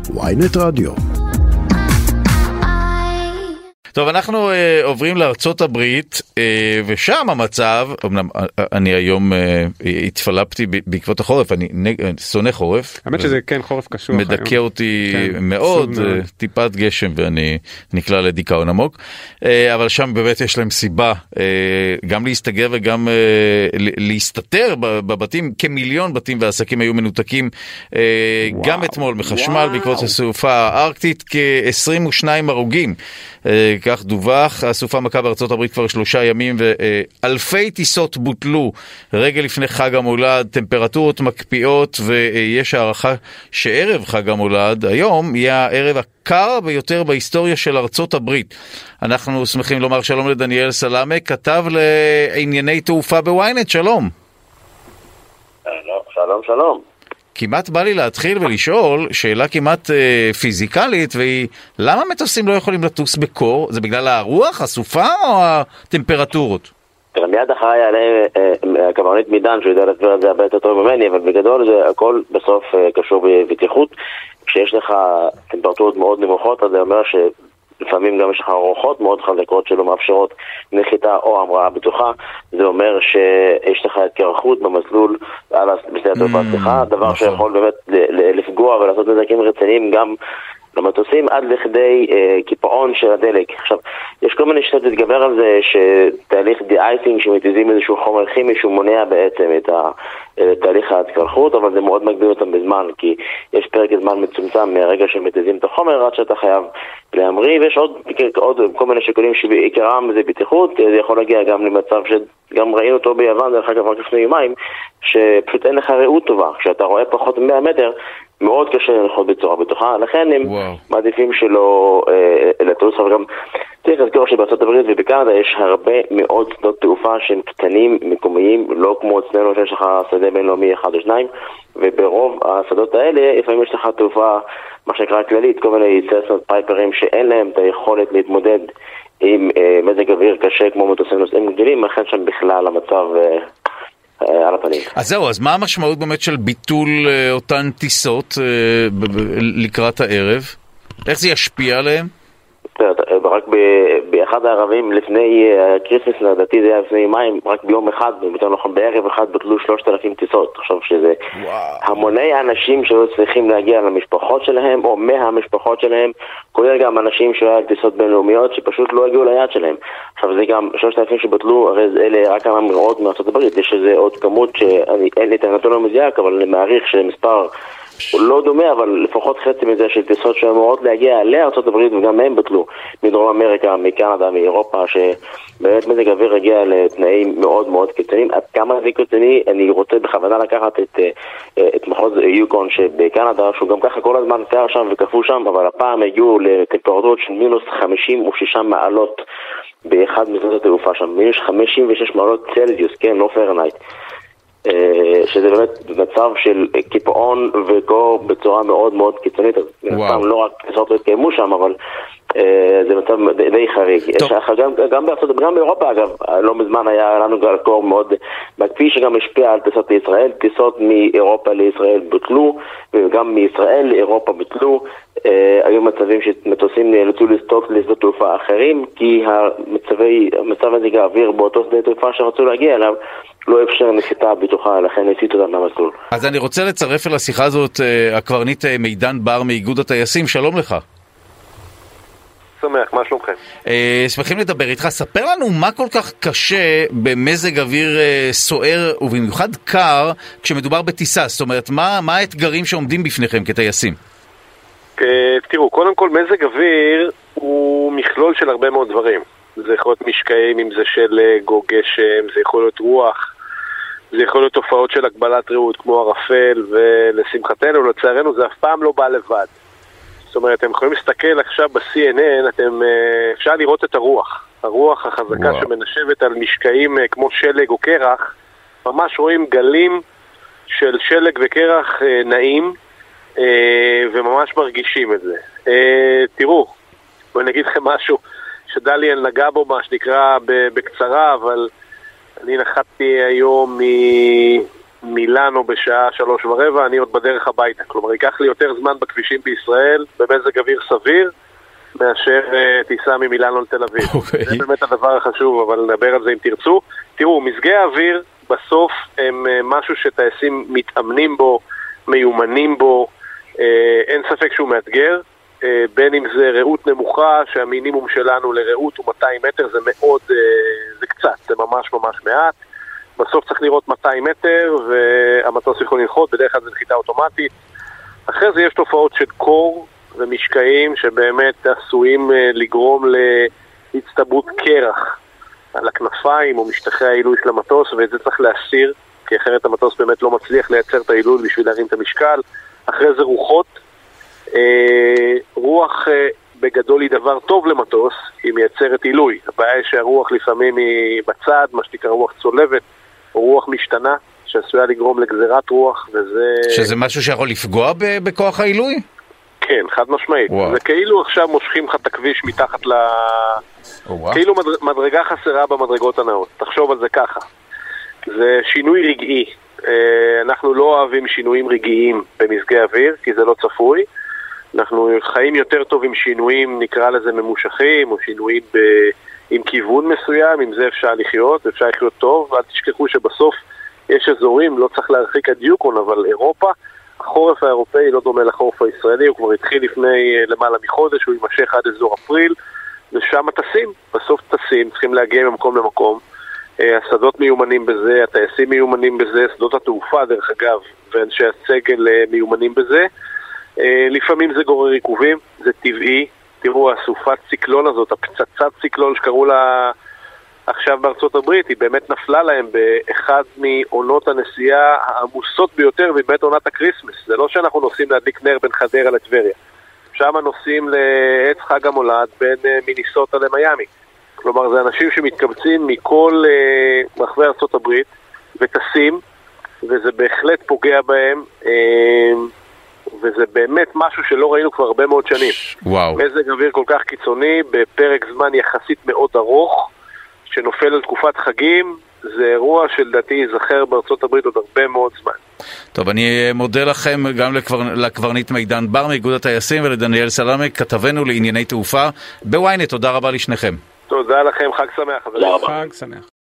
ynet רדיו. טוב, אנחנו עוברים לארצות הברית, ושם המצב, אמנם אני היום התפלפתי בעקבות החורף, אני שונא חורף. האמת שזה כן חורף קשוח. מדכא אותי מאוד, טיפת גשם ואני נקלע לדיכאון עמוק, אבל שם באמת יש להם סיבה גם להסתגר וגם להסתתר בבתים. כמיליון בתים ועסקים היו מנותקים גם אתמול מחשמל בעקבות הסופה הארקטית, כ-22 הרוגים. כך דווח. הסופה מכה בארצות הברית כבר 3 ימים, ואלפי טיסות בוטלו רגע לפני חג המולד. טמפרטורות מקפיאות, ויש הערכה שערב חג המולד היום יהיה הערב הקר ביותר בהיסטוריה של ארצות הברית. אנחנו שמחים לומר שלום לדניאל סלאמה, כתב לענייני תעופה בוויינט. שלום. שלום. כמעט בא לי להתחיל ולשאול שאלה כמעט פיזיקלית, והיא למה מטוסים לא יכולים לטוס בקור? זה בגלל הרוח, הסופה או הטמפרטורות? מיד אחריי יעלה הקברניט מידן שיודע להסביר את זה הרבה יותר טוב ממני, אבל בגדול זה הכל בסוף קשור בבטיחות. כשיש לך טמפרטורות מאוד נמוכות, אז זה אומר לפעמים גם יש לך רוחות מאוד חזקות שלא מאפשרות נחיתה או המראה בטוחה. זה אומר שיש לך התקרחות במסלול בשדה התעופה, דבר שיכול באמת לפגוע ולעשות נזקים רציניים גם למטוסים עד לכדי קיפאון של הדלק. עכשיו, יש כל מיני שיטות להתגבר על זה, שתהליך די-אייסינג שמתיזים איזשהו חומר כימי שהוא מונע בעצם את תהליך ההתקרחות, אבל זה מאוד מגביל אותם בזמן, כי יש פרק זמן מצומצם מהרגע שמתיזים את החומר עד שאתה חייב להמריא, ויש עוד כל מיני שיקולים שבעיקרם זה בטיחות. זה יכול להגיע גם למצב שגם ראינו אותו ביוון, דרך אגב רק לפני יומיים, שפשוט אין לך ראות טובה. כשאתה רואה פחות מ-100 מטר, מאוד קשה לנחות בצורה בטוחה, לכן הם מעדיפים שלא לטוס. אבל גם צריך לזכור שבארצות הברית ובקנדה יש הרבה מאוד שדות תעופה שהם קטנים, מקומיים, לא כמו אצלנו שיש לך שדה בינלאומי 1 או 2, וברוב השדות האלה לפעמים יש לך תעופה, מה שנקרא כללית, כל מיני ססנות פייפרים שאין להם את היכולת להתמודד עם מזג אוויר קשה כמו מטוסים נוסעים גדולים, לכן שם בכלל המצב על הפנים. אז זהו, אז מה המשמעות באמת של ביטול אותן טיסות לקראת הערב? איך זה ישפיע עליהם? רק באחד הערבים לפני קריסמס, לדעתי זה היה לפני מים, רק ביום אחד, בערב אחד בטלו 3,000 טיסות. עכשיו שזה המוני האנשים שהיו צריכים להגיע למשפחות שלהם או מהמשפחות שלהם, כולל גם אנשים שהיו טיסות בינלאומיות שפשוט לא הגיעו ליד שלהם. עכשיו זה גם 3,000 שבטלו, הרי אלה רק כמה מאות מארצות הברית. יש איזה עוד כמות שאין לי את הנתון המדויק, אבל אני מעריך שמספר הוא לא דומה, אבל לפחות חצי מזה של טיסות שאמורות להגיע לארצות הברית וגם הם בטלו, מדרום אמריקה, מקנדה, מאירופה, שבאמת מזג אוויר הגיע לתנאים מאוד מאוד קיצוניים. עד כמה זה קיצוני, אני רוצה בכוונה לקחת את מחוז יוקון שבקנדה, שהוא גם ככה כל הזמן קר שם וקפוא שם, אבל הפעם הגיעו לטמפרטורות של מינוס 56 מעלות באחד משדות התעופה שם, מינוס 56 מעלות צלזיוס, כן, לא פרנייט. שזה באמת מצב של קיפאון וקור בצורה מאוד מאוד קיצונית. אז לא רק טיסות לא התקיימו שם, אבל זה מצב די חריג. גם באירופה אגב, לא מזמן היה לנו גל קור מאוד מקפיא שגם השפיע על טיסות לישראל. טיסות מאירופה לישראל בוטלו, וגם מישראל לאירופה בוטלו. היו מצבים שמטוסים נאלצו לסטות לשדות תעופה אחרים, כי מצב מזג האוויר באותו שדה תעופה שרצו להגיע אליו לא אפשר נחיתה בטוחה, לכן הסיטו אותם למסלול. אז אני רוצה לצרף אל השיחה הזאת הקברניט מידן בר מאיגוד הטייסים. שלום לך. שמח, מה שלומכם? שמחים לדבר איתך. ספר לנו מה כל כך קשה במזג אוויר סוער ובמיוחד קר כשמדובר בטיסה. זאת אומרת, מה האתגרים שעומדים בפניכם כטייסים? תראו, קודם כל מזג אוויר הוא מכלול של הרבה מאוד דברים. זה יכול להיות משקעים, אם זה שלג או גשם, זה יכול להיות רוח, זה יכול להיות תופעות של הגבלת ראות כמו ערפל, ולשמחתנו, לצערנו, זה אף פעם לא בא לבד. זאת אומרת, אתם יכולים להסתכל עכשיו ב-CNN, אפשר לראות את הרוח החזקה שמנשבת על משקעים כמו שלג או קרח, ממש רואים גלים של שלג וקרח נעים, וממש מרגישים את זה. תראו, בואי נגיד לכם משהו, שדליאל נגע בו מה שנקרא בקצרה, אבל אני נחתתי היום מילאנו בשעה 3:15, אני עוד בדרך הביתה. כלומר, ייקח לי יותר זמן בכבישים בישראל, במזג אוויר סביר, מאשר טיסה ממילאנו לתל אביב. זה באמת הדבר החשוב, אבל נדבר על זה אם תרצו. תראו, מזגי האוויר בסוף הם משהו שטייסים מתאמנים בו, מיומנים בו, אין ספק שהוא מאתגר, בין אם זה ראות נמוכה, שהמינימום שלנו לראות הוא 200 מטר, זה מאוד, זה קצת, זה ממש ממש מעט. בסוף צריך לראות 200 מטר, והמטוס יכול לנחות, בדרך כלל זה נחיתה אוטומטית. אחרי זה יש תופעות של קור ומשקעים, שבאמת עשויים לגרום להצטברות קרח על הכנפיים או משטחי העילוי של המטוס, ואת זה צריך להסיר, כי אחרת המטוס באמת לא מצליח לייצר את העילוי בשביל להרים את המשקל. אחרי זה רוחות. רוח בגדול היא דבר טוב למטוס, היא מייצרת עילוי. הבעיה היא שהרוח לפעמים היא בצד, מה שתקרא רוח צולבת, או רוח משתנה, שעשויה לגרום לגזירת רוח, וזה... שזה משהו שיכול לפגוע בכוח העילוי? כן, חד משמעית. זה כאילו עכשיו מושכים לך את הכביש מתחת כאילו מדרגה חסרה במדרגות הנאות. תחשוב על זה ככה. זה שינוי רגעי. אנחנו לא אוהבים שינויים רגעיים במזגי אוויר, כי זה לא צפוי. אנחנו חיים יותר טוב עם שינויים, נקרא לזה ממושכים, או שינויים עם כיוון מסוים, עם זה אפשר לחיות טוב, ואל תשכחו שבסוף יש אזורים, לא צריך להרחיק עד יוקון, אבל אירופה, החורף האירופאי לא דומה לחורף הישראלי, הוא כבר התחיל לפני למעלה מחודש, הוא יימשך עד אזור אפריל, ושם בסוף טסים, צריכים להגיע ממקום למקום, השדות מיומנים בזה, הטייסים מיומנים בזה, שדות התעופה דרך אגב, ואנשי הסגל מיומנים בזה, לפעמים זה גורר עיכובים, זה טבעי. תראו, הסופת ציקלון הזאת, הפצצת ציקלון שקראו לה עכשיו בארצות הברית, היא באמת נפלה להם באחד מעונות הנסיעה העמוסות ביותר, ובאמת עונת הקריסמס. זה לא שאנחנו נוסעים להדליק נר בין חדרה לטבריה. שם נוסעים לעץ חג המולד בין מיניסוטה למיימי. כלומר, זה אנשים שמתקבצים מכל רחבי ארצות הברית וטסים, וזה בהחלט פוגע בהם, וזה באמת משהו שלא ראינו כבר הרבה מאוד שנים. וואו. מזג אוויר כל כך קיצוני, בפרק זמן יחסית מאוד ארוך, שנופל על תקופת חגים, זה אירוע שלדעתי ייזכר בארצות הברית עוד הרבה מאוד זמן. טוב, אני מודה לכם גם לקברניט מידן בר מאיגוד הטייסים ולדניאל סלאמה, כתבנו לענייני תעופה בוויינט. תודה רבה לשניכם. תודה לכם, חג שמח. חג שמח.